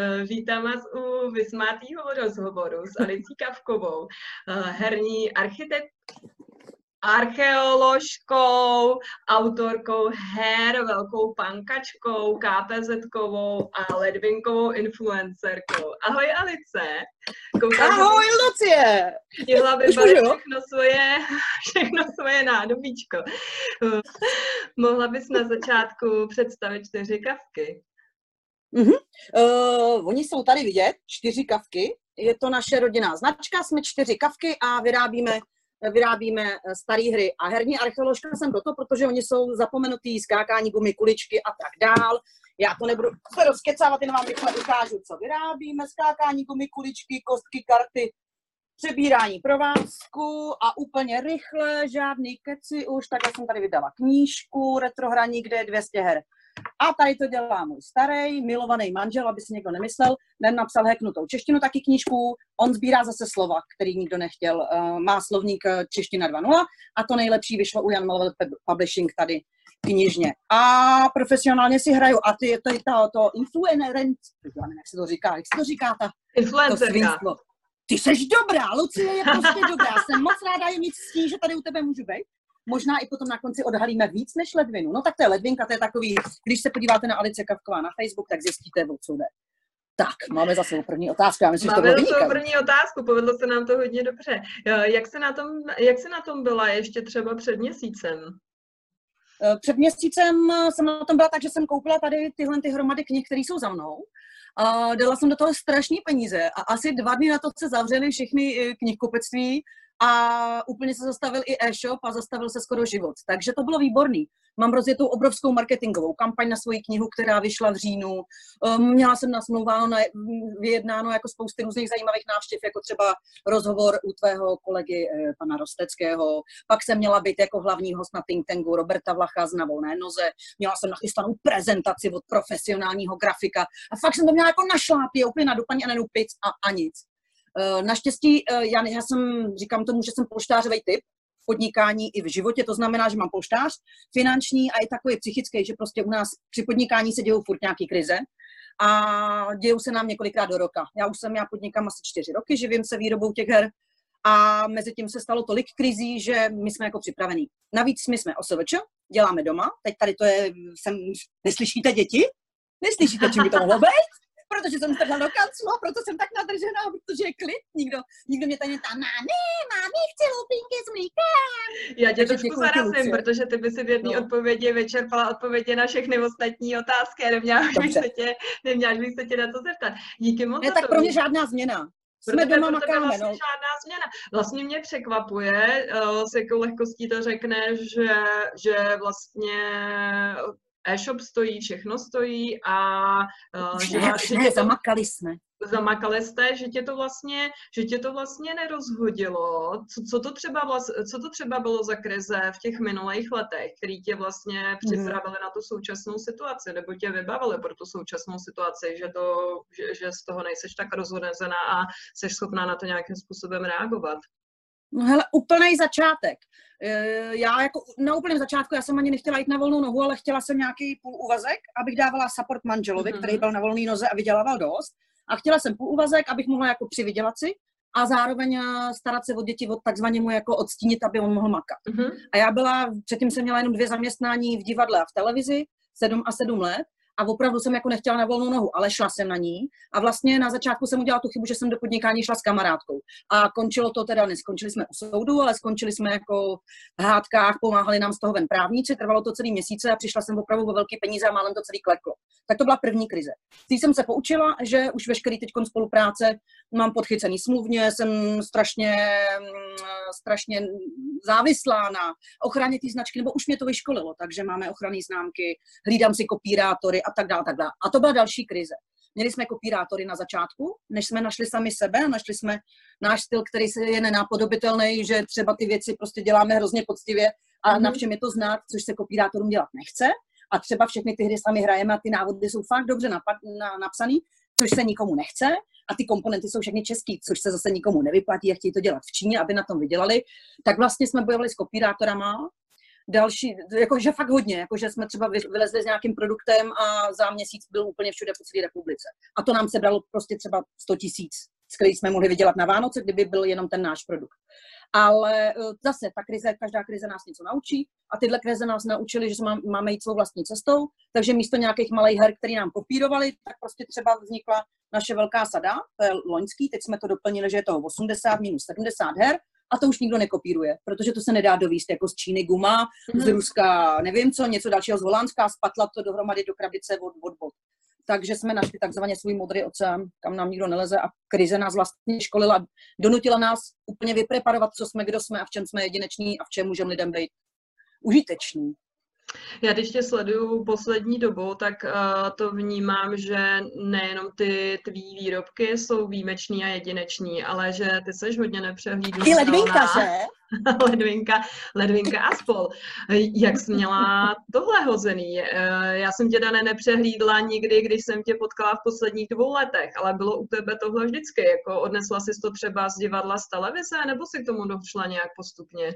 Vítám vás u vysmátého rozhovoru s Alicí Kavkovou, herní archeoložkou, autorkou her, velkou pankačkou, KPZ-kovou a ledvinkovou influencerkou. Ahoj Alice. Ahoj Lucie. Stihla vybavit všechno svoje nádobíčko. Mohla bys na začátku představit 4 kavky? Oni jsou tady vidět, 4 kavky. Je to naše rodinná značka, jsme 4 kavky a vyrábíme staré hry. A herní archeoložka jsem proto, protože oni jsou zapomenutý, skákání, gumy, kuličky a tak dál. Já to nebudu rozkecávat, jen vám rychle ukážu, co vyrábíme. Skákání, gumy, kuličky, kostky, karty, přebírání provázku a úplně rychle, žádný keci už. Takhle jsem tady vydala knížku, retrohraní, kde je 200 her. A tady to dělá můj starý, milovaný manžel, aby si někdo nemyslel, ten napsal heknutou češtinu, taky knížku, on sbírá zase slova, který nikdo nechtěl, má slovník čeština 2.0 a to nejlepší vyšlo u Jan Malvel Publishing tady knižně. A profesionálně si hraju a to influencer, jak se to říká, influencerka. Ty seš dobrá, Lucie je prostě dobrá, jsem moc ráda, je mít s tím, že tady u tebe můžu být. Možná i potom na konci odhalíme víc než ledvinu. No tak to je ledvinka, to je takový, když se podíváte na Alice Kavková na Facebook, tak zjistíte, o co jde. Tak, máme zase první otázku. Já myslím, že to bylo vynikající. První otázku, povedlo se nám to hodně dobře. Jak se na tom byla ještě třeba před měsícem? Před měsícem jsem na tom byla tak, že jsem koupila tady tyhle hromady knih, které jsou za mnou. A dala jsem do toho strašný peníze a asi 2 dny na to se zavřely všechny knihkupectví a úplně se zastavil i e-shop a zastavil se skoro život. Takže to bylo výborný. Mám rozjetou obrovskou marketingovou kampaň na svoji knihu, která vyšla v říjnu. Měla jsem vyjednáno jako spousty různých zajímavých návštěv, jako třeba rozhovor u tvého kolegy pana Rosteckého. Pak jsem měla být jako hlavní host na think tanku Roberta Vlacha z Na volné noze. Měla jsem nachystanou prezentaci od profesionálního grafika. A fakt jsem to měla jako na šlápě, úplně na dupaní a nenupic a nic. Naštěstí, já říkám tomu, že jsem polštářový typ v podnikání i v životě, to znamená, že mám polštář finanční a i takový psychický, že prostě u nás při podnikání se dějou furt nějaký krize a dějou se nám několikrát do roka. Já podnikám asi 4 roky, živím se výrobou těch her a mezi tím se stalo tolik krizí, že my jsme jako připravení. Navíc my jsme OSVČ, děláme doma, teď tady to je, neslyšíte děti? Neslyšíte, čím by to mohlo být? Protože jsem strhla do kanclu a proto jsem tak nadržená, protože je klid. Nikdo mě tady netá, mámi, chci lupínky s mlíkem. Já tě trošku zarazím, protože ty by si v jedné odpovědi vyčerpala odpovědi na všechny ostatní otázky a neměla bych se tě na to zeptat. Díky moc. Ne, tak pro mě žádná změna. Jsme doma, makáme, vlastně žádná změna. Vlastně mě překvapuje, s jakou lehkostí to řekne, že vlastně e-shop stojí, všechno stojí a zamakali jste, že tě to vlastně nerozhodilo. Co to třeba bylo za krize v těch minulých letech, který tě vlastně připravili na tu současnou situaci, nebo tě vybavili pro tu současnou situaci, že z toho nejseš tak rozhozená a jsi schopná na to nějakým způsobem reagovat? No hele, úplnej začátek. Já jako na úplném začátku, já jsem ani nechtěla jít na volnou nohu, ale chtěla jsem nějaký půlúvazek, abych dávala support manželovi, který byl na volné noze a vydělával dost. A chtěla jsem půlúvazek, abych mohla jako přivydělat si a zároveň starat se o děti, takzvaně mu jako odstínit, aby on mohl makat. A předtím jsem měla jenom 2 zaměstnání v divadle a v televizi, 7 a 7 let. A opravdu jsem jako nechtěla na volnou nohu, ale šla jsem na ní. A vlastně na začátku jsem udělala tu chybu, že jsem do podnikání šla s kamarádkou. A končilo to teda, neskončili jsme u soudu, ale skončili jsme jako v hádkách, pomáhali nám z toho ven právníci, trvalo to celý měsíce a přišla jsem opravdu o velké peníze a málem to celý kleklo. Tak to byla první krize. Teď jsem se poučila, že už veškerý teďkon spolupráce mám podchycený smluvně, jsem strašně závislá na ochraně té značky, nebo už mě to vyškolilo, takže máme ochranné známky, hlídám si kopírátory a tak dále, tak dále. A to byla další krize. Měli jsme kopírátory na začátku, než jsme našli sami sebe a našli jsme náš styl, který je nenápodobitelný, že třeba ty věci prostě děláme hrozně poctivě a na všem je to znát, což se kopírátorům dělat nechce. A třeba všechny ty hry sami hrajeme a ty návody jsou fakt dobře napsaný, což se nikomu nechce. A ty komponenty jsou všechny český, což se zase nikomu nevyplatí a chtějí to dělat v Číně, aby na tom vydělali. Tak vlastně jsme bojovali s kopírátorama. další, jakože fakt hodně, jakože jsme třeba vylezli s nějakým produktem a za měsíc byl úplně všude po celé republice. A to nám sebralo prostě třeba 100 000, z kterých jsme mohli vydělat na Vánoce, kdyby byl jenom ten náš produkt. Ale zase ta krize, každá krize nás něco naučí a tyhle krize nás naučily, že máme jít svou vlastní cestou, takže místo nějakých malých her, které nám kopírovali, tak prostě třeba vznikla naše velká sada, to je loňský, teď jsme to doplnili, že je toho 80 minus 70 her a to už nikdo nekopíruje, protože to se nedá dovíst jako z Číny guma, z Ruska nevím co, něco dalšího z Holandska, spatlat to dohromady do krabice od bod. Takže jsme našli takzvaně svůj modrý oceán, kam nám nikdo neleze a krize nás vlastně školila, donutila nás úplně vypreparovat, co jsme, kdo jsme a v čem jsme jedineční a v čem můžeme lidem být užiteční. Já když tě sleduju poslední dobou, tak to vnímám, že nejenom ty tvý výrobky jsou výjimečný a jedinečný, ale že ty seš hodně nepřehlídnutelná. I ledvinka, že? ledvinka a spol. Jak jsi měla tohle hozený? Já jsem tě, Dané, nepřehlídla nikdy, když jsem tě potkala v posledních 2 letech, ale bylo u tebe tohle vždycky. Jako odnesla jsi to třeba z divadla, z televize, nebo si k tomu došla nějak postupně?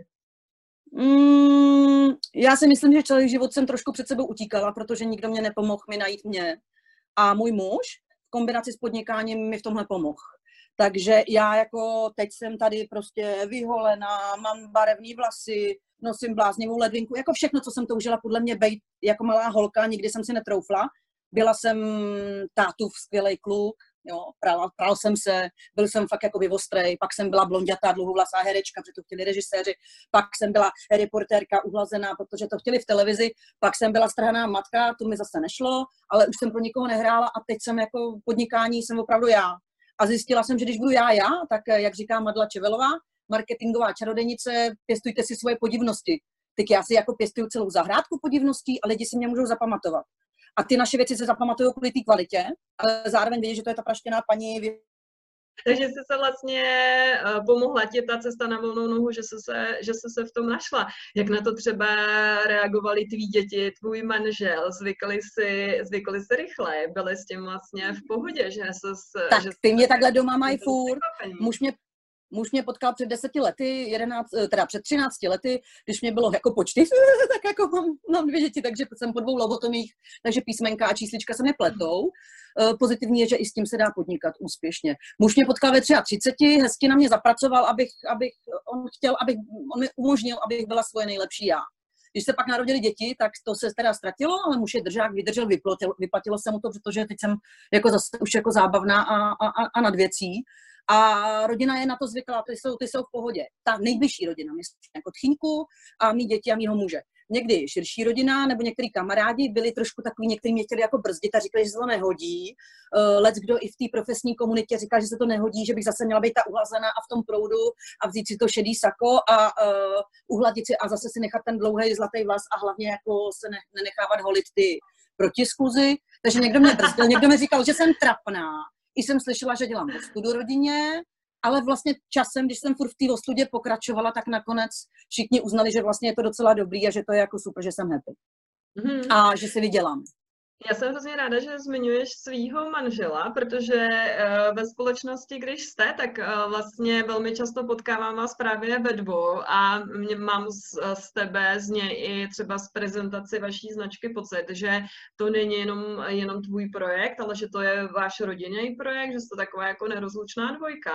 Já si myslím, že celý život jsem trošku před sebou utíkala, protože nikdo mě nepomohl mi najít mě. A můj muž v kombinaci s podnikáním mi v tomhle pomohl. Takže já jako teď jsem tady prostě vyholená, mám barevné vlasy, nosím bláznivou ledvinku, jako všechno, co jsem toužila podle mě bejt jako malá holka, nikdy jsem si netroufla. Byla jsem tátův skvělej kluk, jo, pral jsem se, byl jsem fakt jako ostrý, pak jsem byla blondětá, dlouhovlasá herečka, protože to chtěli režiséři, pak jsem byla reportérka uhlazená, protože to chtěli v televizi, pak jsem byla strhaná matka, to mi zase nešlo, ale už jsem pro nikoho nehrála a teď jsem jako podnikání, jsem opravdu já. A zjistila jsem, že když budu já, tak jak říká Madla Čevelová, marketingová čarodějnice, pěstujte si svoje podivnosti. Tak já si jako pěstuju celou zahrádku podivností a lidi si mě můžou zapamatovat. A ty naše věci se zapamatují kvůli té kvalitě, ale zároveň vidí, že to je ta praštěná paní. Takže jsi se vlastně pomohla ti ta cesta na volnou nohu, že jsi se v tom našla. Jak na to třeba reagovali tví děti, tvůj manžel, zvykli si rychle, byli s tím vlastně v pohodě, že jsi... Tak že ty mě takhle doma mají furt. Muž mě potkal před 10 lety, před 13 lety, když mě bylo jako počty, tak jako mám 2 děti, takže jsem po 2 lobotomích, takže písmenka a číslička se nepletou. Pozitivní je, že i s tím se dá podnikat úspěšně. Muž mě potkal ve 33, hezky na mě zapracoval, on mi umožnil, abych byla svoje nejlepší já. Když se pak narodili děti, tak to se teda ztratilo, ale muž je držák, vydržel, vyplatilo se mu to, protože teď jsem jako zase už jako zábavná a nad věcí. A rodina je na to zvyklá, ty jsou v pohodě. Ta nejbližší rodina, myslím, jako tchýňku a mý děti a mýho muže. Někdy širší rodina nebo některý kamarádi byli trošku takový, někteří mě chtěli jako brzdit a říkali, že se to nehodí. Leckdo i v té profesní komunitě říkal, že se to nehodí, že bych zase měla být ta uhlazená a v tom proudu a vzít si to šedý sako a uhladit si a zase si nechat ten dlouhý zlatý vlas a hlavně jako se nenechávat holit ty protiskluzy. Takže někdo mě brzdil, někdo mi říkal, že jsem trapná. I jsem slyšela, že dělám ostudu rodině, ale vlastně časem, když jsem furt v té ostudě pokračovala, tak nakonec všichni uznali, že vlastně je to docela dobrý a že to je jako super, že jsem happy. A že si vydělám. Já jsem hrozně ráda, že zmiňuješ svýho manžela, protože ve společnosti, když jste, tak vlastně velmi často potkávám vás právě ve 2 a mám z tebe, z něj i třeba z prezentaci vaší značky pocit, že to není jenom tvůj projekt, ale že to je váš rodinný projekt, že jste taková jako nerozlučná dvojka.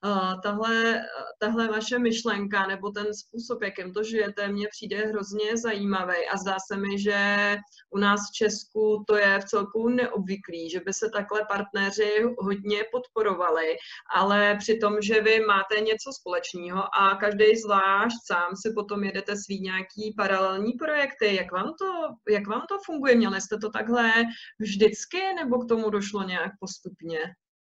Tahle vaše myšlenka nebo ten způsob, jakým to žijete, mně přijde hrozně zajímavý a zdá se mi, že u nás v Česku to je v celku neobvyklý, že by se takhle partneři hodně podporovali, ale přitom, že vy máte něco společného a každý zvlášť sám si potom jedete svý nějaký paralelní projekty. Jak vám to funguje? Měli jste to takhle vždycky, nebo k tomu došlo nějak postupně?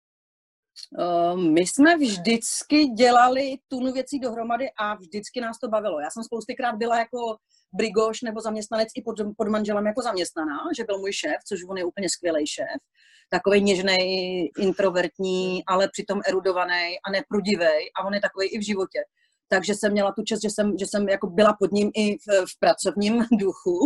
My jsme vždycky dělali tunu věcí dohromady a vždycky nás to bavilo. Já jsem spoustykrát byla jako brigoš nebo zaměstnanec i pod manželem jako zaměstnaná, že byl můj šéf, což on je úplně skvělý šéf. Takovej něžnej, introvertní, ale přitom erudovaný a neprudivej a on je takový i v životě. Takže jsem měla tu čest, že jsem jako byla pod ním i v pracovním duchu.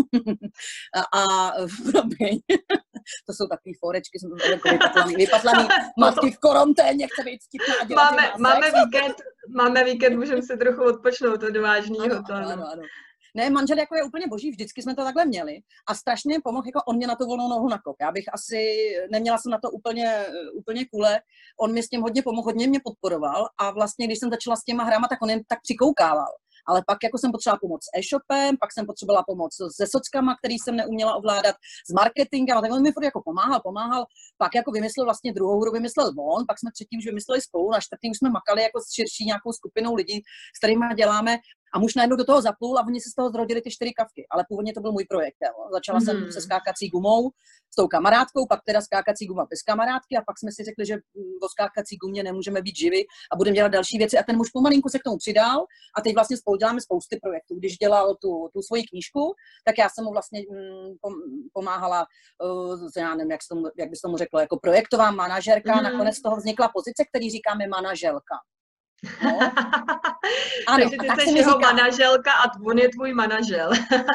To jsou takový forečky, jsem vypatlaný matky v koronténě, chce být vtipná a dělat máme víkend, můžeme si trochu odpočnout od vážného. Ano. Ne, manžel jako je úplně boží, vždycky jsme to takhle měli a strašně pomohl, jako on mě na to volnou nohu nakop. Já bych asi, neměla jsem na to úplně kule, on mě s tím hodně pomohl, hodně mě podporoval a vlastně, když jsem začala s těma hrama, tak on jen tak přikoukával. Ale pak jako jsem potřebovala pomoc s e-shopem, pak jsem potřebovala pomoc se sockama, který jsem neuměla ovládat, s marketingem, a tak on mi furt jako pomáhal, pak jako vymyslel vlastně druhou hru, vymyslel on, pak jsme třetí už vymysleli spolu, na čtvrtý už jsme makali jako s širší nějakou skupinou lidí, s kterými děláme a muž najednou do toho zaplul a oni se z toho zrodili ty 4 kavky, ale původně to byl můj projekt. Jo. Začala jsem se skákací gumou s tou kamarádkou, pak teda skákací guma bez kamarádky a pak jsme si řekli, že o skákací gumě nemůžeme být živi a budeme dělat další věci a ten muž pomalinku se k tomu přidal a teď vlastně spolu děláme spousty projektů. Když dělal tu svoji knížku, tak já jsem mu vlastně pomáhala, já nevím, jak bys tomu řekla, jako projektová manažerka, nakonec z toho vznikla pozice, který říkáme manaželka. No. Ano, takže ty jsi jeho manaželka a on je tvůj manažel.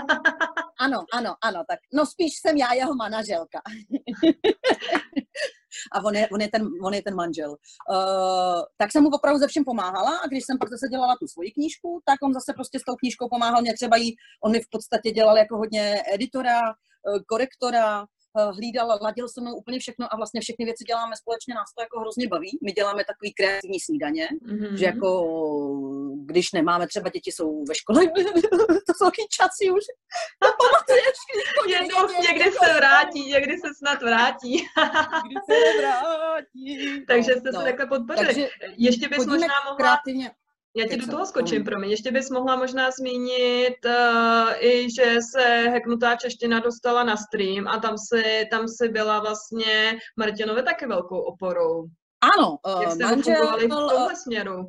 Ano, tak no spíš jsem já jeho manaželka. A on je ten manžel. Tak jsem mu opravdu ze všem pomáhala a když jsem pak zase dělala tu svoji knížku, tak on zase prostě s tou knížkou pomáhal mě třeba on mi v podstatě dělal jako hodně editora, korektora, hlídal, ladil se mnou úplně všechno a vlastně všechny věci děláme společně, nás to jako hrozně baví. My děláme takový kreativní snídaně, že jako když nemáme, třeba děti jsou ve škole, to jsou taky časy už, to pamatuješ. Někdy se vrátí, někdy se snad vrátí. Někdy se vrátí. Takže jste se takhle podpořili. Ještě bys možná mohla... Kreativně. Já ti do toho skočím, promiň. Ještě bys mohla možná zmínit i, že se Hacknutá čeština dostala na stream a tam si byla vlastně Martinovi taky velkou oporou. Ano. Jak jste fungovali v tomhle směru?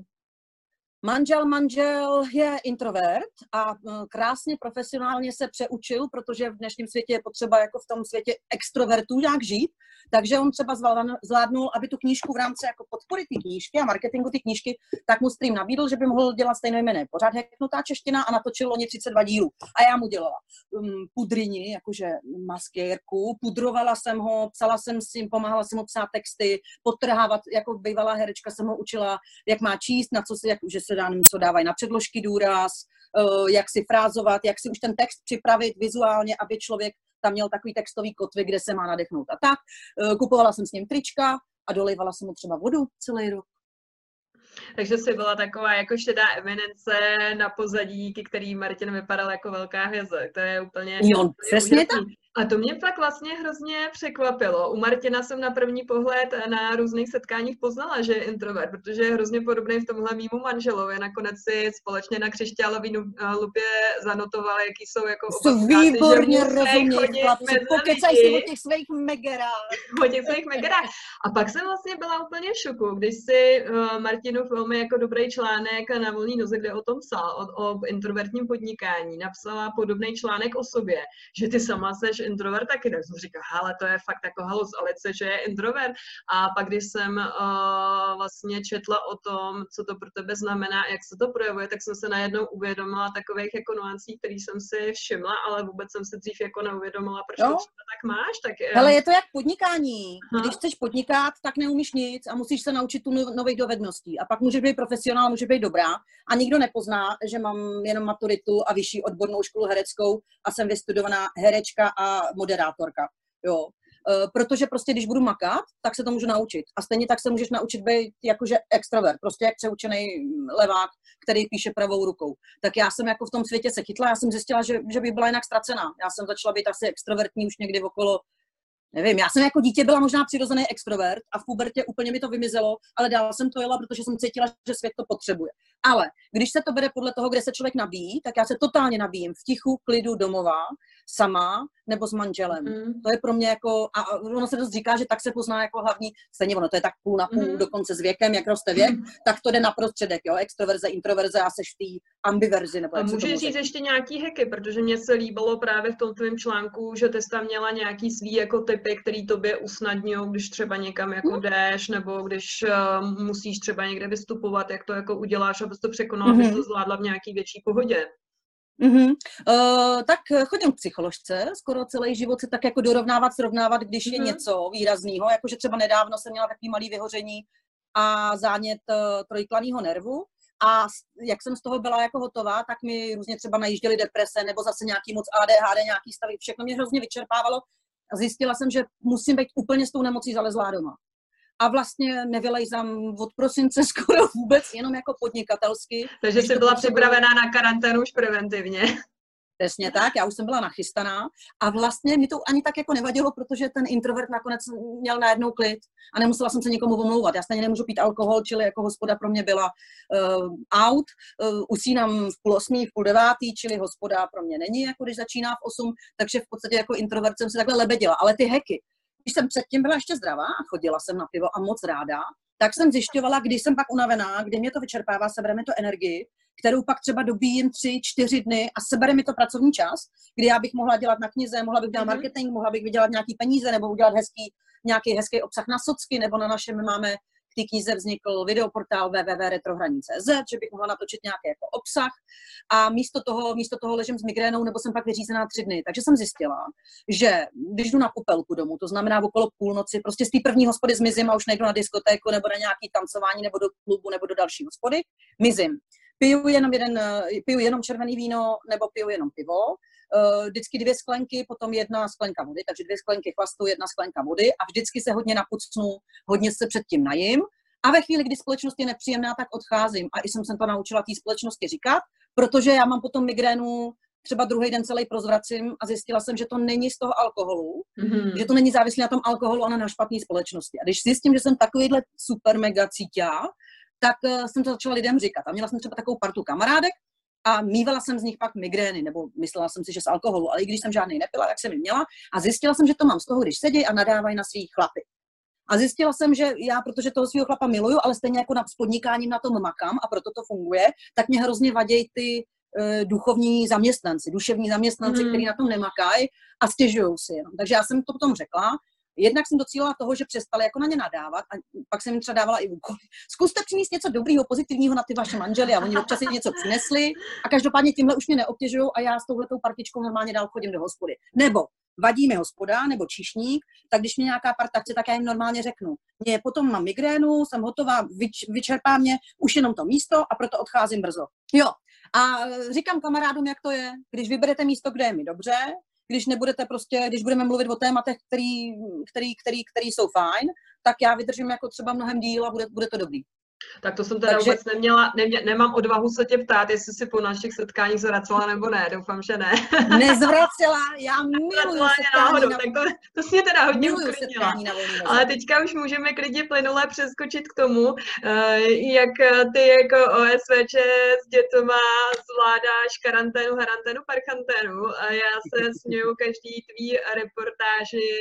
Manžel je introvert a krásně profesionálně se přeučil, protože v dnešním světě je potřeba jako v tom světě extrovertů nějak žít, takže on třeba zvládnul, aby tu knížku v rámci jako podpory té knížky a marketingu té knížky, tak mu stream nabídl, že by mohl dělat stejnojmenný pořád Hacknutá čeština a natočil loni 32 dílů. A já mu dělala pudrini, jakože maskérku, pudrovala jsem ho, psala jsem s ním, pomáhala jsem mu psát texty, podtrhávat, jako bývalá herečka jsem ho učila, jak má číst, na co si, že se dá, co dávají na předložky důraz, jak si frázovat, jak si už ten text připravit vizuálně, aby člověk tam měl takový textový kotvy, kde se má nadechnout a tak. Kupovala jsem s ním trička a dolejvala jsem mu třeba vodu celý rok. Takže jsi byla taková jako šedá eminence na pozadí, který Martin vypadal jako velká hvězda. To je úplně... Jo, přesně tak. A to mě tak vlastně hrozně překvapilo. U Martina jsem na první pohled na různých setkáních poznala, že je introvert, protože je hrozně podobný v tomhle mýmu manželovi. Nakonec si společně na křišťálový lupě zanotovali, jaký jsou jako oba. Výborně rozumí, pokecaj si o těch svých megerách. O těch svých megerách. A pak jsem vlastně byla úplně v šoku, když si Martinův velmi jako dobrý článek na Volný noze, kde o tom psal, o introvertním podnikání, napsala podobný článek o sobě, že ty sama seš introvert taky, tak jsem říkala, hele, to je fakt jako halus Alice, že je introvert. A pak, když jsem vlastně četla o tom, co to pro tebe znamená, jak se to projevuje, tak jsem se najednou uvědomila takových jako nuancí, který jsem si všimla, ale vůbec jsem se dřív jako neuvědomila, proč to třeba tak máš. Tak, hele, je to jak podnikání. Když chceš podnikat, tak neumíš nic a musíš se naučit tu nových dovedností. A pak můžeš být profesionál, můžeš být dobrá a nikdo nepozná, že mám jenom maturitu a vyšší odbornou školu hereckou a jsem vystudovaná herečka a moderátorka, jo. Protože prostě, když budu makat, tak se to můžu naučit. A stejně tak se můžeš naučit být jakože extrovert, prostě jak přeučený levák, který píše pravou rukou. Tak já jsem jako v tom světě se chytla, já jsem zjistila, že bych byla jinak ztracená. Já jsem začala být asi extrovertní už někdy okolo, nevím, já jsem jako dítě byla možná přirozený extrovert a v pubertě úplně mi to vymizelo, ale dál jsem to jela, protože jsem cítila, že svět to potřebuje. Ale když se to bere podle toho, kde se člověk nabíjí, tak já se totálně nabíjím v tichu, klidu, domova, sama nebo s manželem. To je pro mě jako, a ono se dost říká, že tak se pozná jako hlavní, stejně ono, to je tak půl na půl, dokonce s věkem, jak roste věk, tak to jde na prostředek, jo, extroverze, introverze a seš v té ambiverzi. Nebo a můžeš říct ještě nějaký hacky, protože mně se líbilo právě v tom tvém článku, že ty jsi tam měla nějaký svý jako typy, který tobě usnadňují, když třeba někam jako jdeš, nebo když musíš třeba někde vystupovat, jak to jako uděláš, abys to překonala, abys to zvládla v nějaký větší pohodě. Tak chodím k psycholožce, skoro celý život se tak jako srovnávat, když je něco výrazného, jakože třeba nedávno jsem měla takový malý vyhoření a zánět trojklaného nervu A jak jsem z toho byla jako hotová, tak mi různě třeba najížděly deprese nebo zase nějaký moc ADHD, nějaký stavy. Všechno mě hrozně vyčerpávalo a zjistila jsem, že musím být úplně s tou nemocí zalezlá doma. A vlastně nevylejzám od prosince skoro vůbec, jenom jako podnikatelsky. Takže jsi byla připravená na karanténu už preventivně. Přesně tak, já už jsem byla nachystaná a vlastně mi to ani tak jako nevadilo, protože ten introvert nakonec měl najednou klid a nemusela jsem se nikomu omlouvat. Já stejně nemůžu pít alkohol, čili jako hospoda pro mě byla out. Usínám v 7:30, v 8:30, čili hospoda pro mě není, jako když začíná v 8, takže v podstatě jako introvert jsem se takhle lebeděla. Ale ty hacky, když jsem předtím byla ještě zdravá a chodila jsem na pivo a moc ráda, tak jsem zjišťovala, když jsem pak unavená, kdy mě to vyčerpává, sebere mi to energii, kterou pak třeba dobíjím 3-4 dny a sebere mi to pracovní čas, kdy já bych mohla dělat na knize, mohla bych dělat marketing, mohla bych vydělat nějaký peníze nebo udělat nějaký hezký obsah na socky, nebo na našem máme v té knize vznikl videoportál www.retrohraní.cz, že bych mohla natočit nějaký jako obsah a místo toho ležím s migrénou nebo jsem pak vyřízená 3 dny. Takže jsem zjistila, že když jdu na popelku domů, to znamená okolo půlnoci, prostě z té první hospody zmizím a už nejdu na diskotéku nebo na nějaký tancování nebo do klubu nebo do další hospody, mizím. Piju jenom červený víno nebo piju jenom pivo, vždycky 2 sklenky, potom 1 sklenka vody, takže 2 sklenky chlastu, 1 sklenka vody a vždycky se hodně napucnu, hodně se předtím najím a ve chvíli, kdy společnost je nepříjemná, tak odcházím a i jsem se to naučila té společnosti říkat, protože já mám potom migrénu, třeba druhý den celý prozvracím a zjistila jsem, že to není z toho alkoholu, že to není závislé na tom alkoholu, ale na špatné společnosti. A když zjistím, že jsem takovýhle super mega cíťa, tak jsem to začala lidem říkat. A měla jsem třeba takovou partu kamarádek a mývala jsem z nich pak migrény, nebo myslela jsem si, že z alkoholu, ale i když jsem žádný nepila, tak jsem ji měla a zjistila jsem, že to mám z toho, když sedí a nadávají na svých chlapy. A zjistila jsem, že já, protože toho svého chlapa miluju, ale stejně jako s podnikáním na tom makám a proto to funguje, tak mě hrozně vadějí ty duševní zaměstnanci, kteří na tom nemakají a stěžují si jenom. Takže já jsem to potom řekla. Jednak jsem docílila toho, že přestali jako na ně nadávat a pak jsem jim třeba dávala i úkoly. Zkuste přinést něco dobrýho, pozitivního na ty vaše manžely a oni občas jim něco přinesli a každopádně tímhle už mě neobtěžují a já s touhletou partičkou normálně dál chodím do hospody. Nebo vadí mi hospoda nebo číšník, tak když mě nějaká parta chce, tak já jim normálně řeknu. Mě potom mám migrénu, jsem hotová, vyčerpá mě už jenom to místo a proto odcházím brzo. Jo. A říkám kamarádům, jak to je, když vyberete místo, kde je mi dobře, když budeme mluvit o tématech, který jsou fajn, tak já vydržím jako třeba mnohem díl a bude to dobrý. Tak to jsem teda vůbec nemám odvahu se tě ptát, jestli si po našich setkáních zvracela nebo ne, doufám, že ne. Nezvracela, já miluju setkání to jsi mě teda hodně uklidnila. Ale teďka už můžeme klidně plynule přeskočit k tomu, jak ty jako OSVČ s dětma zvládáš karanténu, parchanténu. A já se směju každý tvý reportáži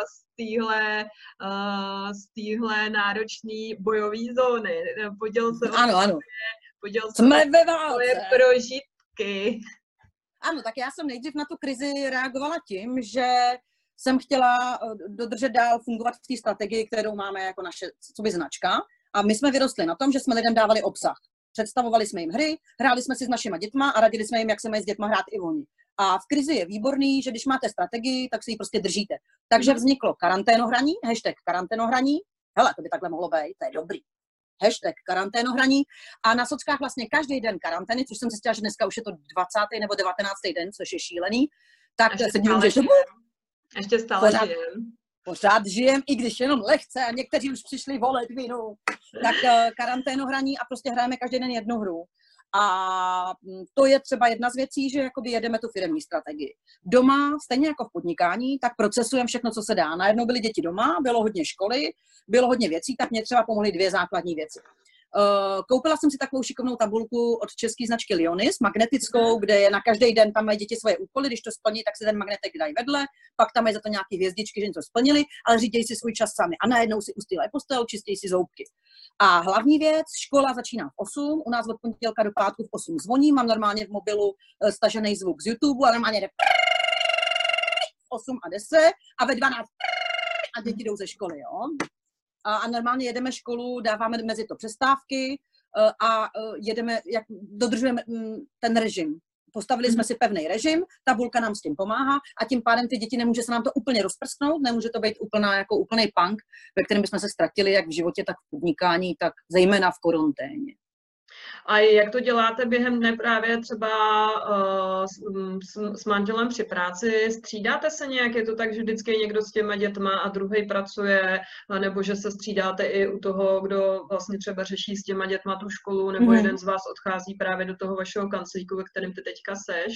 z téhle náročné bojové zóny. Poděl se ano. Jsme ve válce. Prožitky. Ano, tak já jsem nejdřív na tu krizi reagovala tím, že jsem chtěla dodržet dál fungovat v té strategii, kterou máme jako naše značka. A my jsme vyrostli na tom, že jsme lidem dávali obsah. Představovali jsme jim hry, hráli jsme si s našima dětma a radili jsme jim, jak se mají s dětma hrát i oni. A v krizi je výborný, že když máte strategii, tak si ji prostě držíte. Takže vzniklo karanténohraní, #karanténohraní. Hele, to by takhle mohlo být, to je dobrý. #karanténohraní. A na sockách vlastně každý den karantény, což jsem zjistila, že dneska už je to 20. nebo 19. den, což je šílený. Tak se dívám, že ještě stále žijem. Pořád žijem, i když jenom lehce a někteří už přišli volet vinu. Tak karanténohraní a prostě hrajeme každý den jednu hru. A to je třeba jedna z věcí, že jakoby jedeme tu firemní strategii. Doma, stejně jako v podnikání, tak procesujeme všechno, co se dá. Najednou byly děti doma, bylo hodně školy, bylo hodně věcí, tak mě třeba pomohly 2 základní věci. Koupila jsem si takovou šikovnou tabulku od české značky Lionis, magnetickou, kde je na každý den, tam mají děti svoje úkoly, když to splní, tak si ten magnetek dají vedle, pak tam mají za to nějaké hvězdičky, že něco splnili, ale řídějí si svůj čas sami a najednou si ustýlají postel, čistějí si zoubky. A hlavní věc, škola začíná v 8, u nás od pondělka do pátku v 8 zvoní, mám normálně v mobilu stažený zvuk z YouTube a normálně jde 8 a 10 a ve 12 a děti jdou ze školy, jo. A normálně jedeme školu, dáváme mezi to přestávky a jedeme, jak dodržujeme ten režim. Postavili jsme si pevný režim, tabulka nám s tím pomáhá a tím pádem ty děti nemůže se nám to úplně rozprsknout, nemůže to být úplný punk, ve kterém bychom se ztratili jak v životě, tak v podnikání, tak zejména v karanténě. A jak to děláte během dne právě třeba s manželem při práci? Střídáte se nějak? Je to tak, že vždycky je někdo s těma dětma a druhý pracuje, nebo že se střídáte i u toho, kdo vlastně třeba řeší s těma dětma tu školu, nebo jeden z vás odchází právě do toho vašeho kanclíku, ve kterém ty teďka seš?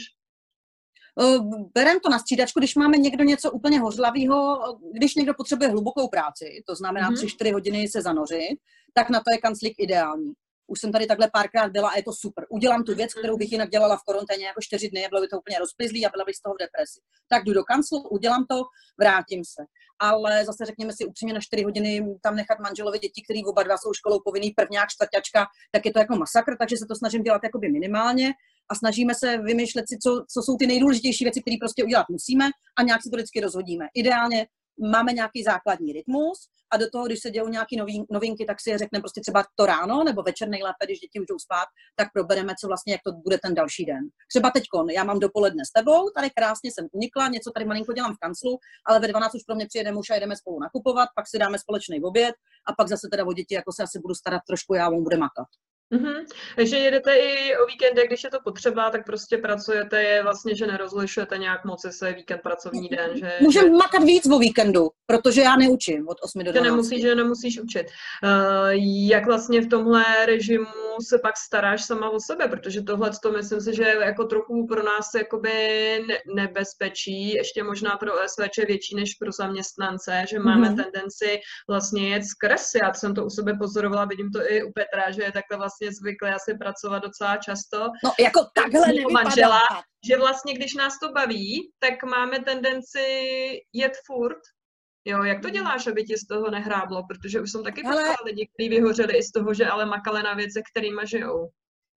Berem to na střídačku, když máme někdo něco úplně hořlavého, když někdo potřebuje hlubokou práci, to znamená 3-4 hodiny se zanořit, tak na to je kanclík ideální. Už jsem tady takhle párkrát byla a je to super. Udělám tu věc, kterou bych jinak dělala v karanténě jako 4 dny a bylo by to úplně rozplizlý a byla bych z toho v depresi. Tak jdu do kanclu, udělám to, vrátím se. Ale zase řekněme si upřímně na 4 hodiny tam nechat manželovi děti, který oba dva jsou školou povinný, prvňák, čtvrťačka, tak je to jako masakr, takže se to snažím dělat jakoby minimálně a snažíme se vymýšlet si, co jsou ty nejdůležitější věci, které prostě udělat musíme a nějak si to vždycky rozhodíme. Ideálně máme nějaký základní rytmus a do toho, když se dějou nějaké novinky, tak si je řekneme prostě třeba to ráno nebo večer nejlépe, když děti už jdou spát, tak probereme, co vlastně, jak to bude ten další den. Třeba teďkon, já mám dopoledne s tebou, tady krásně jsem unikla, něco tady malinko dělám v kanclu, ale ve 12 už pro mě přijede muž a jedeme spolu nakupovat, pak si dáme společný oběd a pak zase teda o děti, jako se asi budu starat trošku, já on bude makat. Takže jedete i o víkendech, když je to potřeba, tak prostě pracujete, je vlastně, že nerozlišujete nějak moc, jestli je víkend, pracovní den. Můžeme makat víc o víkendu, protože já neučím od 8 do 12. Že nemusíš učit. Jak vlastně v tomhle režimu se pak staráš sama o sebe, protože tohle to myslím si, že je jako trochu pro nás jakoby nebezpečí, ještě možná pro OSVČ větší než pro zaměstnance, že máme tendenci vlastně jet z kresy. Já jsem to u sebe pozorovala, vidím to i u Petra, že je takhle vlastně zvyklý asi pracovat docela často. No jako takhle nevypadá. Že vlastně, když nás to baví, tak máme tendenci jet furt. Jo, jak to děláš, aby ti z toho nehráblo? Protože už jsem taky potkala lidi, kteří vyhořeli i z toho, že ale makali na věcech, kterýma žijou.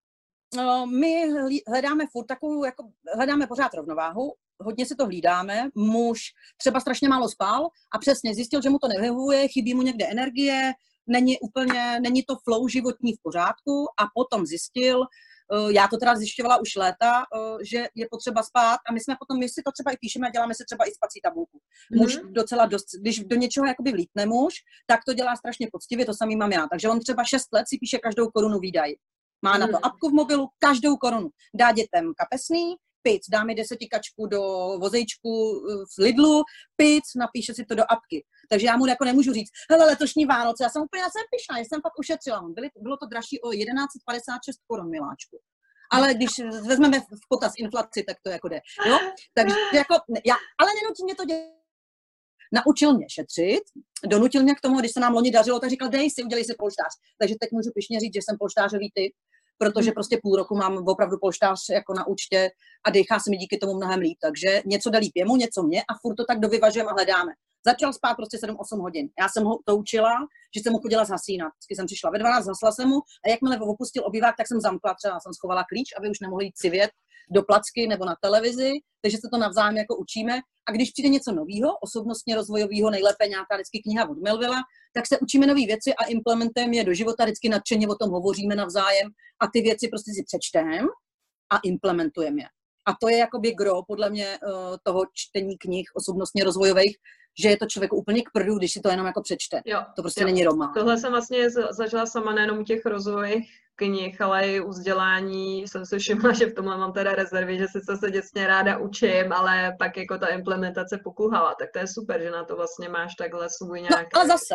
My hledáme furt takovou, jako hledáme pořád rovnováhu, hodně si to hlídáme, muž třeba strašně málo spal a přesně zjistil, že mu to nevyhovuje, chybí mu někde energie, není to flow životní v pořádku a potom zjistil, já to teda zjišťovala už léta, že je potřeba spát a my si to třeba i píšeme a děláme si třeba i spací tabulku. Muž docela dost, když do něčeho jakoby vlítne muž, tak to dělá strašně poctivě, to samý mám já. Takže on třeba 6 let si píše každou korunu výdaj. Má na to apku v mobilu, každou korunu. Dá dětem kapesný, pic, dá mi 10 kačku do vozejčku v Lidlu, pic, napíše si to do apky. Takže já mu jako nemůžu říct, hele, letošní Vánoce, já jsem pyšná, já jsem fakt ušetřila. Bylo to dražší o 1156 korun, miláčku. Ale když vezmeme v potaz inflaci, tak to jako jde. Jo? Takže jako, ale nenutí mě to dělat. Naučil mě šetřit, donutil mě k tomu, když se nám loni dařilo, tak říkal, udělej si polštář. Takže teď můžu pyšně říct, že jsem polštářový typ, protože prostě půl roku mám opravdu polštář jako na účtě a dechá se mi díky tomu mnohem líp. Takže něco jde líp jemu, něco mě a furt to tak dovyvažujeme a hledáme. Začal spát prostě 7-8 hodin. Já jsem ho to učila, že jsem mu chodila zhasínat. Vždycky jsem přišla ve 12, zhasla jsem mu a jakmile opustil obývák, tak jsem zamkla, třeba jsem schovala klíč, aby už nemohli jít civět do placky nebo na televizi, takže se to navzájem jako učíme. A když přijde něco nového, osobnostně rozvojového, nejlépe nějaká vždycky kniha od Melvilla, tak se učíme nové věci a implementujeme je do života, vždycky nadšeně o tom hovoříme navzájem a ty věci prostě si přečteme a implementujeme je. A to je jakoby gro, podle mě, toho čtení knih osobnostně rozvojových, že je to člověku úplně k prdu, když si to jenom jako přečte. To prostě není román. Tohle jsem vlastně zažila sama nejenom u těch rozvojových knih, ale i u vzdělání jsem si všimla, že v tomhle mám teda rezervy, že sice se dětsně ráda učím, ale pak jako ta implementace pokulhává, tak to je super, že na to vlastně máš takhle svůj nějaký... No, ale zase,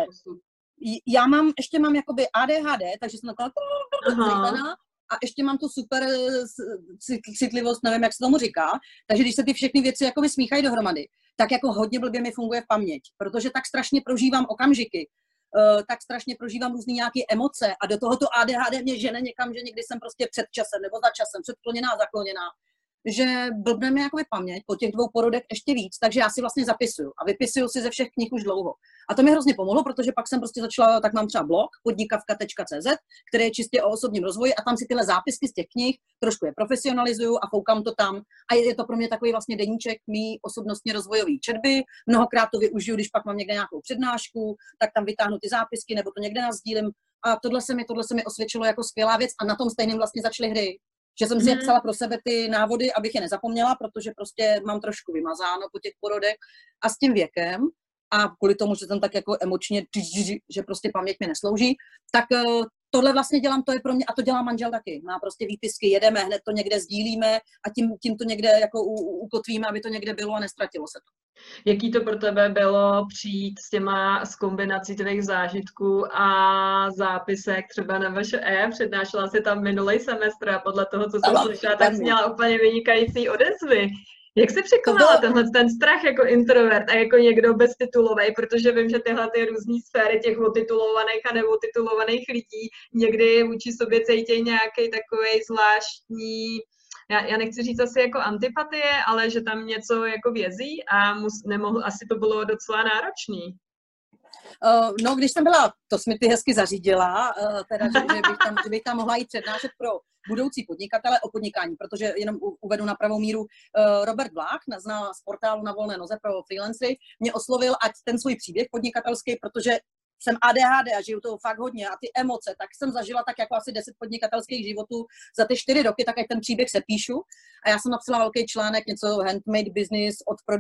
ještě mám jakoby ADHD, takže jsem taková zrychlená a ještě mám tu super citlivost, nevím, jak se tomu říká, takže když se ty všechny věci jakoby smíchají dohromady, tak jako hodně blbě mi funguje v paměť, protože tak strašně prožívám okamžiky, tak strašně prožívám různý nějaké emoce a do tohoto ADHD mě žene někam, že někdy jsem prostě před časem nebo za časem, předkloněná, zakloněná, že blbne mi jakoby paměť po těch 2 porodech ještě víc, takže já si vlastně zapisuju a vypisuju si ze všech knih už dlouho. A to mi hrozně pomohlo, protože pak jsem prostě začala, tak mám třeba blog podnikavka.cz, který je čistě o osobním rozvoji a tam si tyhle zápisky z těch knih trošku je profesionalizuju a foukám to tam a je to pro mě takový vlastně deníček mý osobnostně rozvojový četby. Mnohokrát to využiju, když pak mám někde nějakou přednášku, tak tam vytáhnu ty zápisky nebo to někde nasdílím a tohle se mi osvědčilo jako skvělá věc a na tom stejným vlastně začaly hry. Že jsem si je psala pro sebe ty návody, abych je nezapomněla, protože prostě mám trošku vymazáno po těch porodech a s tím věkem a kvůli tomu, že jsem tak jako emočně, že prostě paměť mi neslouží, tak tohle vlastně dělám, to je pro mě, a to dělá manžel taky. Má prostě výpisky, jedeme, hned to někde sdílíme a tím to někde jako ukotvíme, aby to někde bylo a nestratilo se to. Jaký to pro tebe bylo přijít s kombinací tvých zážitků a zápisek třeba na VŠE? Přednášela si tam minulý semestr a podle toho, co jsem slyšela, tak jsi měla úplně vynikající odezvy. Jak jsi překonala ten strach jako introvert a jako někdo beztitulovej, protože vím, že tyhle ty různý sféry těch otitulovaných a neotitulovaných lidí někdy vůči sobě cítí nějaký takovej zvláštní, já nechci říct asi jako antipatie, ale že tam něco jako vězí a asi to bylo docela náročný. No, když jsem byla, to jsi mi ty hezky zařídila, teda, že bych tam mohla jít přednášet pro budoucí podnikatele o podnikání, protože jenom uvedu na pravou míru, Robert Vlách z portálu Na volné noze pro freelancery mě oslovil, ať ten svůj příběh podnikatelský, protože jsem ADHD a žiju toho fakt hodně a ty emoce, tak jsem zažila tak jako asi 10 podnikatelských životů za ty 4 roky, tak ať ten příběh se píšu. A já jsem napsala velký článek, něco handmade business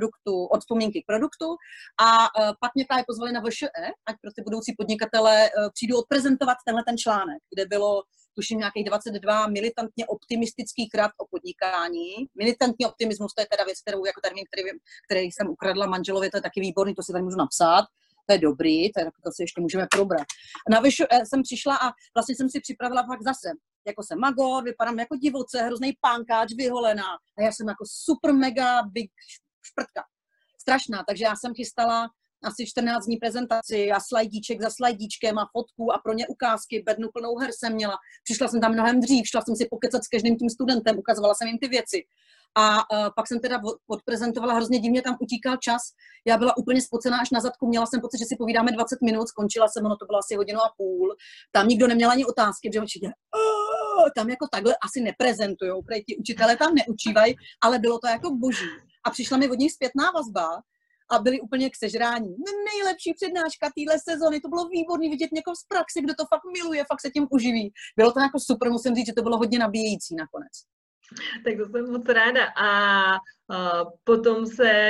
od vzpomínky k produktu a pak mě právě pozvali na VŠE, ať pro ty budoucí podnikatele přijdu odprezentovat tenhle ten článek, kde bylo tuším nějakých 22 militantně optimistických rad o podnikání. Militantní optimismus, to je teda věc, kterou jako termín, který jsem ukradla manželovi, to je taky výborný, to si tady můžu napsat. To je dobrý, to si ještě můžeme probrat. Na VŠ jsem přišla a vlastně jsem si připravila fakt zase. Jako jsem magor, vypadám jako divoce, hrozný pánkáč, vyholená. A já jsem jako super mega big šprtka. Strašná, takže já jsem chystala asi 14 dní prezentaci a slajdíček za slajdíčkem a fotku a pro ně ukázky, bednu plnou her jsem měla. Přišla jsem tam mnohem dřív, šla jsem si pokecat s každým tím studentem, ukazovala jsem jim ty věci. A pak jsem teda odprezentovala, hrozně divně tam utíkal čas. Já byla úplně spocená až na zadku, měla jsem pocit, že si povídáme 20 minut, skončila jsem, ono to bylo asi 1,5 hodiny. Tam nikdo neměl ani otázky, protože určitě tam jako takhle asi neprezentujou, protože ti učitelé tam neučívají, ale bylo to jako boží. A přišla mi od nich zpětná vazba a byli úplně k sežrání. Nejlepší přednáška téhle sezony, to bylo výborný vidět někoho z praxe, kdo to fakt miluje, fakt se tím uživí. Bylo to jako super, musím říct, že to bylo hodně nabíjející nakonec. Tak to jsem moc ráda a potom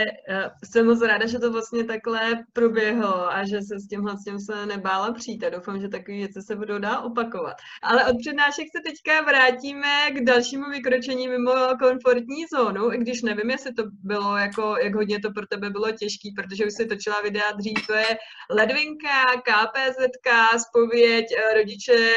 jsem moc ráda, že to vlastně takhle proběhlo a že se s tím se nebála přijít a doufám, že takové věci se budou dál opakovat. Ale od přednášek se teďka vrátíme k dalšímu vykročení mimo komfortní zónu, i když nevím, jestli to bylo jako, jak hodně to pro tebe bylo těžký, protože už si točila videa dřív, to je ledvinka, KPZka, zpověď rodiče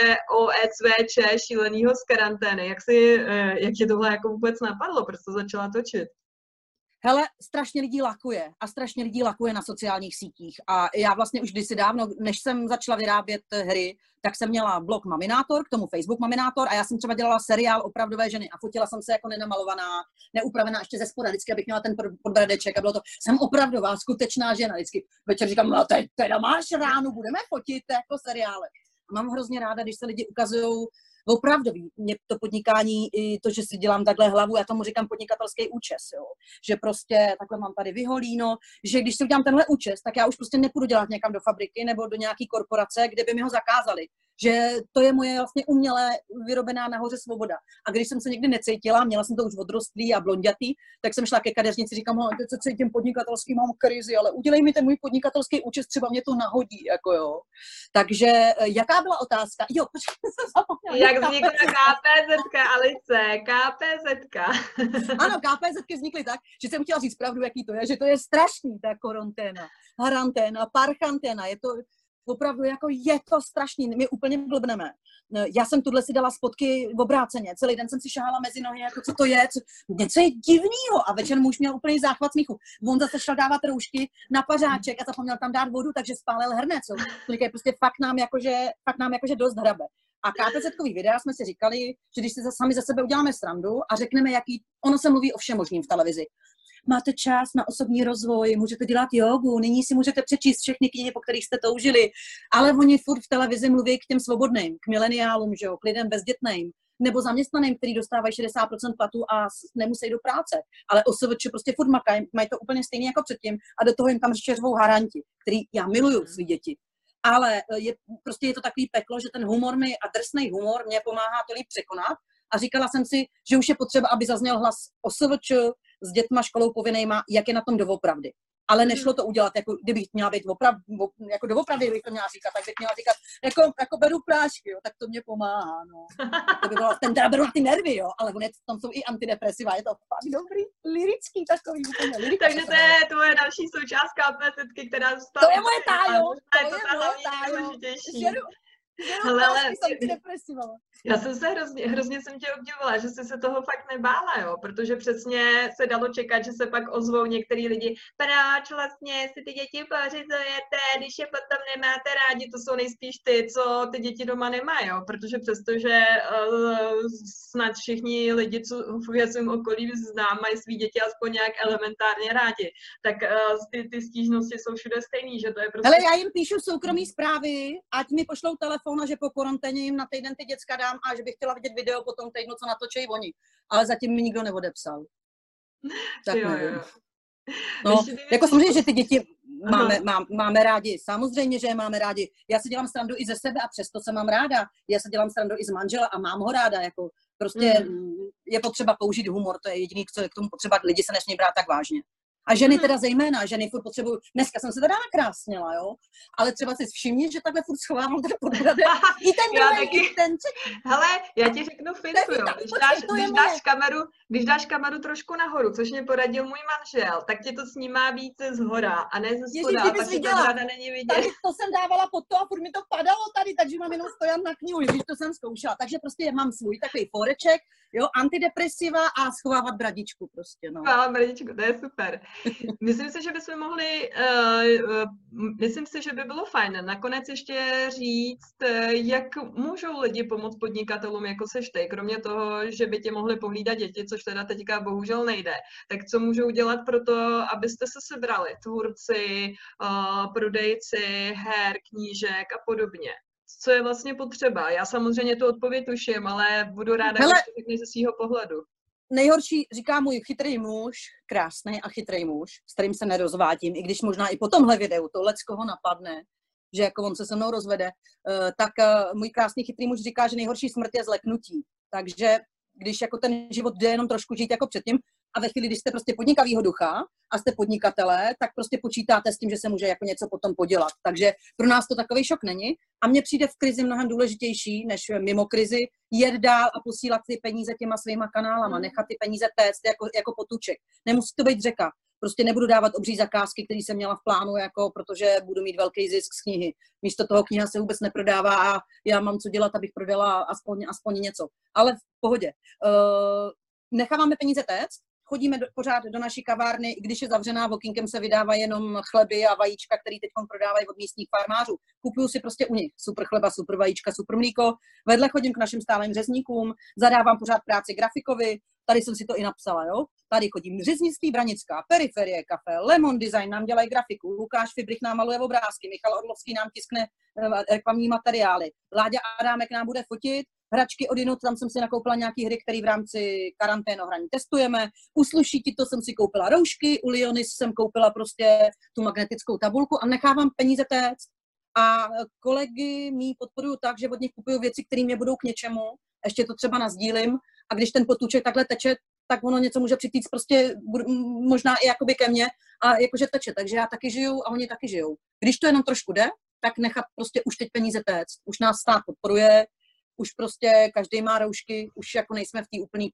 OSVČ šílenýho z karantény. Jak tě tohle jako vůbec napadlo, proč to začala točit? Hele, strašně lidí lakuje a strašně lidí lakuje na sociálních sítích a já vlastně už kdysi dávno, než jsem začala vyrábět hry, tak jsem měla blog Maminátor, k tomu Facebook Maminátor a já jsem třeba dělala seriál Opravdové ženy a fotila jsem se jako nenamalovaná, neupravená ještě ze spoda, vždycky, abych měla ten podbradeček a bylo to, jsem opravdová, skutečná žena, vždycky večer říkám, no teda máš ránu, budeme fotit jako seriály. A mám hrozně ráda, když se lidi ukazují opravdový. Mě to podnikání, i to, že si dělám takhle hlavu, já tomu říkám podnikatelský účes, jo. Že prostě takhle mám tady vyholíno, že když si udělám tenhle účes, tak já už prostě nepůjdu dělat někam do fabriky nebo do nějaký korporace, kde by mi ho zakázali. Že to je moje vlastně uměle vyrobená nahoře svoboda. A když jsem se někdy necítila, měla jsem to už odrostlý a blondětý, tak jsem šla ke kadeřnici, říkám, teď se cítím podnikatelský, mám krizi, ale udělej mi ten můj podnikatelský účes, třeba mě to nahodí, jako jo. Takže jaká byla otázka? Jo, počkej, jsem zapomněla. Jak vznikla KPZka, Alice, KPZka. Ano, KPZky vznikly tak, že jsem chtěla říct pravdu, jaký to je, že to je strašný, ta karanténa, parchanténa, je to opravdu jako je to strašný, my úplně blbneme. Já jsem tuhle si dala spotky v obráceně, celý den jsem si šahala mezi nohy, jako co to je, něco je divnýho a večer muž měl úplný záchvat smíchu. On zase šel dávat roušky na pařáček a zapomněl tam dát vodu, takže spálil hrnec. To říkají prostě fakt nám jakože dost hrabe. A KPZ-kový videa jsme si říkali, že když si sami za sebe uděláme srandu a řekneme, jaký, ono se mluví o všem možným v televizi. Máte čas na osobní rozvoj, můžete dělat jogu, nyní si můžete přečíst všechny knihy, po kterých jste toužili, ale oni furt v televizi mluví k těm svobodným, k mileniálům, že jo, k lidem bezdětným, nebo zaměstnaným, kteří dostávají 60% platu a nemusí do práce. Ale OSVČ prostě furt makají, mají to úplně stejně jako předtím a do toho jim tam řvou haranti, který já miluju svý děti. Ale je to takový peklo, že ten humor a drsnej humor mě pomáhá to líp překonat a říkala jsem si, že už je potřeba, aby zazněl hlas OSVČ s dětma školou povinnejma, jak je na tom doopravdy. ale nešlo to udělat, jako kdybych měla být jako doopravdy bych to měla říkat, tak bych měla říkat, jako beru prášky, jo, tak to mě pomáhá, no. Tak to by bylo, ten teda beru na ty nervy, jo, ale tam jsou i antidepresiva, je to fakt dobrý, lirický takový, úplně lirický. Takže to je tvoje další součást KP-setky, která zůstala. To je moje tájo, to je moje tájo. Ale já jsem se hrozně jsem tě obdivovala, že jsi se toho fakt nebála, jo, protože přesně se dalo čekat, že se pak ozvou některý lidi, proč vlastně si ty děti pořizujete, když je potom nemáte rádi, to jsou nejspíš ty, co ty děti doma nemají, jo, protože přestože snad všichni lidi, co v svém okolí znám, mají svý děti aspoň nějak elementárně rádi, tak ty stížnosti jsou všude stejný, že to je prostě... Hele, já jim píšu soukromý zprávy, ať mi pošlou telefon a že po karanténě jim na týden ty děcka dám a že bych chtěla vidět video po tom týdnu, co natočejí oni. Ale zatím mi nikdo neodepsal. Tak jo. No, jako samozřejmě, že ty děti máme rádi. Samozřejmě, že je máme rádi. Já si dělám srandu i ze sebe a přesto se mám ráda. Já si dělám srandu i z manžela a mám ho ráda. Jako prostě je potřeba použít humor, to je jediný, co je k tomu potřeba. Lidi se nesmí brát tak vážně. A ženy teda zejména, ženy furt potřebují, dneska jsem se teda nakrásnila, jo, ale třeba si všimni, že takhle furt schovávám ten podbradek. I ten druhý, ten hele, já ti řeknu finku, jo, když dáš kameru trošku nahoru, což mě poradil můj manžel, tak tě to snímá více zhora a ne ze spoda, a pak si ta brada není vidět. Tady to jsem dávala pod to a furt mi to padalo tady, takže mám jenom stojat na knihu, když to jsem zkoušela. Takže prostě mám svůj takový foreček, jo, antidepresiva a schovávat bradičku prostě, no. Schovávat bradičku, to je super. Myslím si, že bychom mohli, myslím si, že by bylo fajn nakonec ještě říct, jak můžou lidi pomoct podnikatelům, jako seš ty, kromě toho, že by tě mohli pohlídat děti, což teda teďka bohužel nejde. Tak co můžou dělat pro to, abyste se sebrali, tvůrci, prodejci her, knížek a podobně? Co je vlastně potřeba? Já samozřejmě tu odpověď tuším, ale budu ráda, když to řekneš ze svýho pohledu. Nejhorší, říká můj chytrý muž, krásný a chytrý muž, s kterým se nerozvádím, i když možná i po tomhle videu to koho napadne, že jako on se se mnou rozvede, tak můj krásný chytrý muž říká, že nejhorší smrt je zleknutí. Takže když jako ten život jde jenom trošku žít jako předtím a ve chvíli, když jste prostě podnikavýho ducha a jste podnikatelé, tak prostě počítáte s tím, že se může jako něco potom podělat. Takže pro nás to takový šok není. A mně přijde v krizi mnohem důležitější, než mimo krizi, jet dál a posílat ty peníze těma svýma kanálama, nechat ty peníze téct jako potůček. Nemusí to být řeka. Prostě nebudu dávat obří zakázky, které jsem měla v plánu, jako protože budu mít velký zisk z knihy. Místo toho kniha se vůbec neprodává a já mám co dělat, abych prodala aspoň něco. Ale v pohodě. Necháváme peníze téct, chodíme pořád do naší kavárny, i když je zavřená, okýnkem se vydávají jenom chleby a vajíčka, který teď prodávají od místních farmářů. Kupuju si prostě u nich super chleba, super vajíčka, super mlíko. Vedle chodím k našim stálým řezníkům, zadávám pořád práci grafikovi, tady jsem si to i napsala, jo. Tady chodím Řeznictví Branická, Periferie kafe, Lemon Design nám dělají grafiku, Lukáš Fibrich nám maluje obrázky, Michal Orlovský nám tiskne reklamní materiály, Láďa Adámek nám bude fotit, hračky od jinut, tam jsem si nakoupila nějaký hry, které v rámci karanténohraní testujeme. U Slušitito jsem si koupila roušky, u Lionis jsem koupila prostě tu magnetickou tabulku a nechávám peníze téct. A kolegy mý podporuju tak, že od nich kupuju věci, které mě budou k něčemu, ještě to třeba nasdílím a když ten potůček takhle teče, tak ono něco může přitýct prostě možná i jakoby ke mně a jakože teče, takže já taky žiju a oni taky žijou. Když to jenom trošku jde, tak nechat prostě už teď peníze téct. Už nás stát podporuje, už prostě každý má roušky, už jako nejsme v té úplný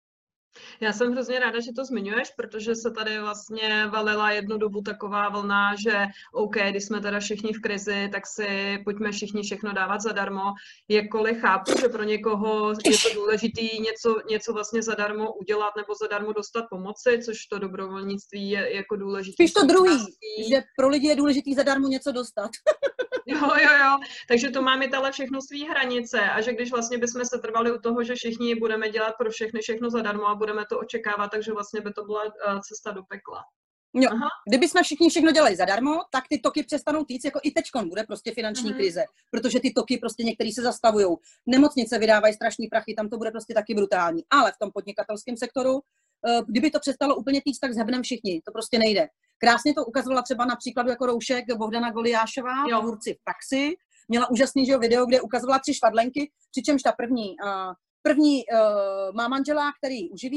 Já jsem hrozně ráda, že to zmiňuješ, protože se tady vlastně valila jednu dobu taková vlna, že OK, když jsme teda všichni v krizi, tak si pojďme všichni všechno dávat zadarmo. Jakkoliv chápu, že pro někoho je to důležitý něco vlastně zadarmo udělat nebo zadarmo dostat pomoci, což to dobrovolnictví je jako důležité. Spíš to druhý, že pro lidi je důležitý zadarmo něco dostat. Jo. Takže to máme ale všechno svý hranice a že když vlastně bychom se trvali u toho, že všichni budeme dělat pro všechno zadarmo a budeme to očekávat, takže vlastně by to byla cesta do pekla. Jo, kdyby jsme všichni všechno dělali zadarmo, tak ty toky přestanou týct, jako i teďkon bude prostě finanční krize, protože ty toky prostě některý se zastavujou. Nemocnice vydávají strašný prachy, tam to bude prostě taky brutální. Ale v tom podnikatelském sektoru, kdyby to přestalo úplně týct, tak zhebneme všichni. To prostě nejde. Krásně to ukazovala třeba na příkladu jako roušek Bohdana Goliášová, tvůrci v praxi. Měla úžasný video, kde ukazovala 3 švadlenky, přičemž ta první má manžela, který uživí,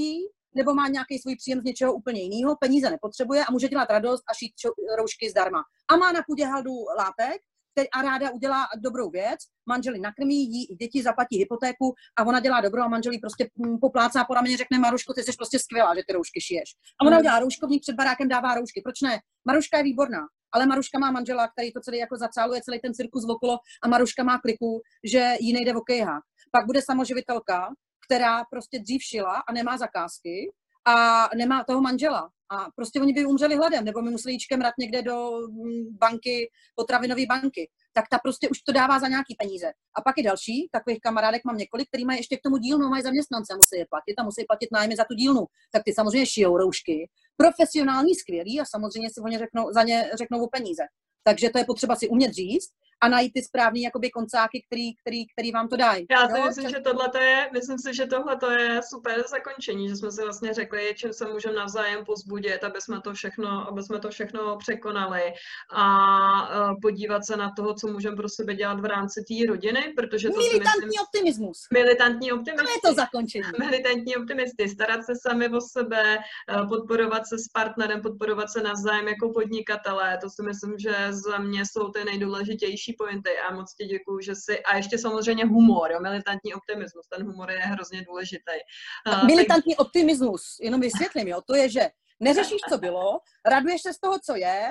nebo má nějaký svůj příjem z něčeho úplně jiného, peníze nepotřebuje a může dělat radost a šít roušky zdarma. A má na půdě haldu látek, a ráda udělá dobrou věc, manželi nakrmí, jí děti zaplatí hypotéku a ona dělá dobro a manželí prostě poplácá po rameně, řekne Maruško, ty jsi prostě skvělá, že ty roušky šiješ. A ona udělá rouškovník, před barákem dává roušky. Proč ne? Maruška je výborná, ale Maruška má manžela, který to celý jako zacáluje celý ten cirkus okolo a Maruška má kliku, že jí nejde o kejhák. Pak bude samoživitelka, která prostě dřív šila a nemá zakázky a nemá toho manžela. A prostě oni by umřeli hladem, nebo by museli jít škemrat někde do banky, potravinové banky. Tak ta prostě už to dává za nějaký peníze. A pak i další, takových kamarádek mám několik, který mají ještě k tomu dílnu, mají zaměstnance, musí je platit a musí platit nájmy za tu dílnu. Tak ty samozřejmě šijou roušky. Profesionální, skvělí a samozřejmě si oni za ně řeknou o peníze. Takže to je potřeba si umět říct a najít ty správný jakoby koncáky, který vám to dají. Já si myslím, že tohle je super zakončení, že jsme si vlastně řekli, čím se můžeme navzájem pozbudit, aby jsme to všechno překonali a podívat se na toho, co můžeme pro sebe dělat v rámci té rodiny, protože to militantní optimismus. Militantní optimismus. To je to zakončení. Militantní optimisty, starat se sami o sebe, podporovat se s partnerem, podporovat se navzájem jako podnikatelé. To si myslím, že za mě jsou ty nejdůležitější pointy a moc ti děkuju, že a ještě samozřejmě humor, jo, militantní optimismus, ten humor je hrozně důležitý. Militantní optimismus, jenom vysvětlím, jo, to je, že neřešíš, co bylo, raduješ se z toho, co je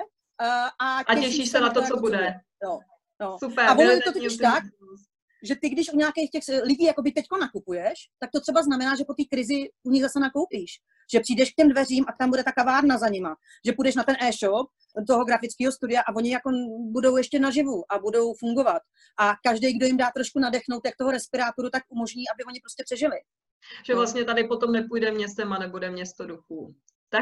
a těšíš se na to, co bude. No. Super. A ono je to totiž tak, že ty, když u nějakých těch lidí jakoby teďko nakupuješ, tak to třeba znamená, že po té krizi u nich zase nakoupíš. Že přijdeš k těm dveřím a tam bude ta kavárna za nima. Že půjdeš na ten e-shop toho grafického studia a oni jako budou ještě naživu a budou fungovat. A každý, kdo jim dá trošku nadechnout jak toho respirátoru, tak umožní, aby oni prostě přežili. Že vlastně tady potom nepůjde městem a nebude město duchů. Tak.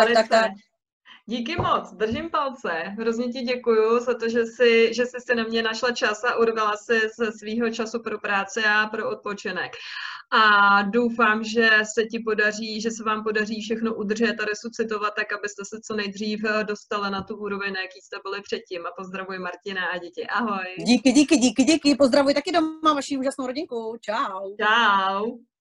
Díky moc, držím palce, hrozně ti děkuju za to, že jsi si na mě našla čas a urvala si ze svýho času pro práci a pro odpočinek. A doufám, že se vám podaří všechno udržet a resuscitovat, tak abyste se co nejdřív dostali na tu úroveň, na jaký jste byli předtím. A pozdravuj Martina a děti. Ahoj. Díky. Pozdravuj taky doma vaši úžasnou rodinku. Čau. Čau.